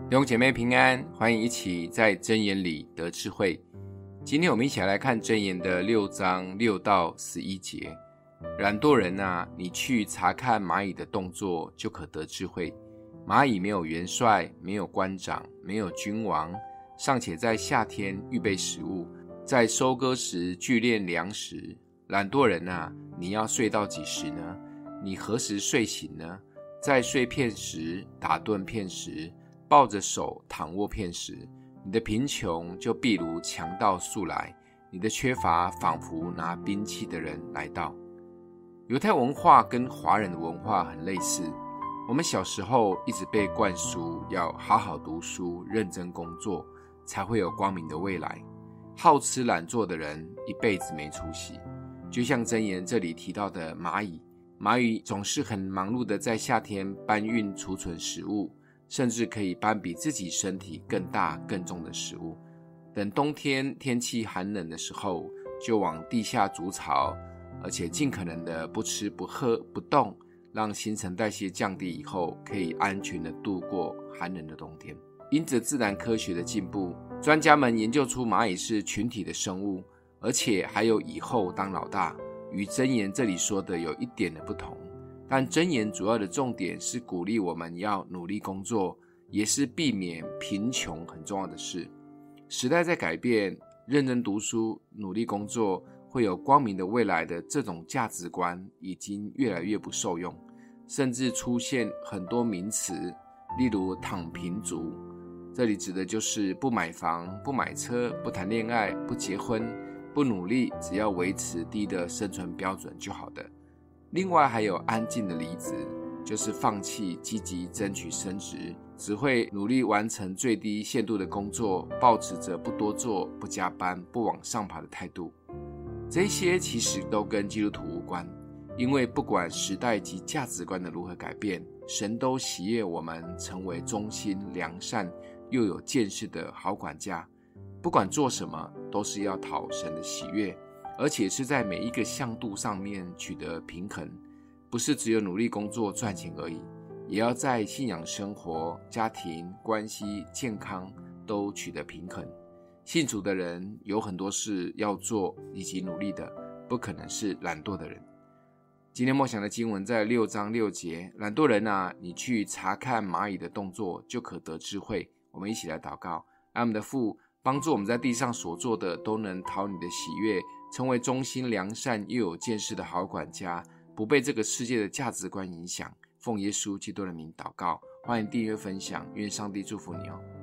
弟兄姐妹平安，欢迎一起在箴言里得智慧。今天我们一起来看箴言的6章6到11节。懒惰人啊，你去查看蚂蚁的动作，就可得智慧。蚂蚁没有元帅，没有官长，没有君王，尚且在夏天预备食物，在收割时聚敛粮食。懒惰人啊，你要睡到几时呢？你何时睡醒呢？在睡片时打盹片时，抱着手躺卧片时，你的贫穷就必如强盗速来，你的缺乏仿佛拿兵器的人来到。犹太文化跟华人的文化很类似，我们小时候一直被灌输要好好读书，认真工作，才会有光明的未来。好吃懒做的人一辈子没出息。就像箴言这里提到的蚂蚁总是很忙碌的在夏天搬运储存食物，甚至可以搬比自己身体更大更重的食物。等冬天天气寒冷的时候，就往地下筑巢，而且尽可能的不吃不喝不动，让新陈代谢降低以后，可以安全的度过寒冷的冬天。因着自然科学的进步，专家们研究出蚂蚁是群体的生物，而且还有以后当老大，与箴言这里说的有一点的不同。但箴言主要的重点是鼓励我们要努力工作，也是避免贫穷很重要的事。时代在改变，认真读书努力工作会有光明的未来的这种价值观已经越来越不受用，甚至出现很多名词，例如躺平族，这里指的就是不买房不买车不谈恋爱不结婚不努力，只要维持低的生存标准就好的。另外还有安静的离职，就是放弃积极争取升职，只会努力完成最低限度的工作，抱持着不多做不加班不往上爬的态度。这些其实都跟基督徒无关，因为不管时代及价值观的如何改变，神都喜悦我们成为忠心良善又有见识的好管家。不管做什么都是要讨神的喜悦，而且是在每一个向度上面取得平衡，不是只有努力工作赚钱而已，也要在信仰生活、家庭、关系、健康都取得平衡。信主的人有很多事要做以及努力的，不可能是懒惰的人。今天默想的经文在6章6节，懒惰人啊，你去查看蚂蚁的动作，就可得智慧。我们一起来祷告。爱我们的父，帮助我们在地上所做的都能讨你的喜悦，成为忠心良善又有见识的好管家，不被这个世界的价值观影响。奉耶稣基督的名祷告，欢迎订阅分享，愿上帝祝福你哦。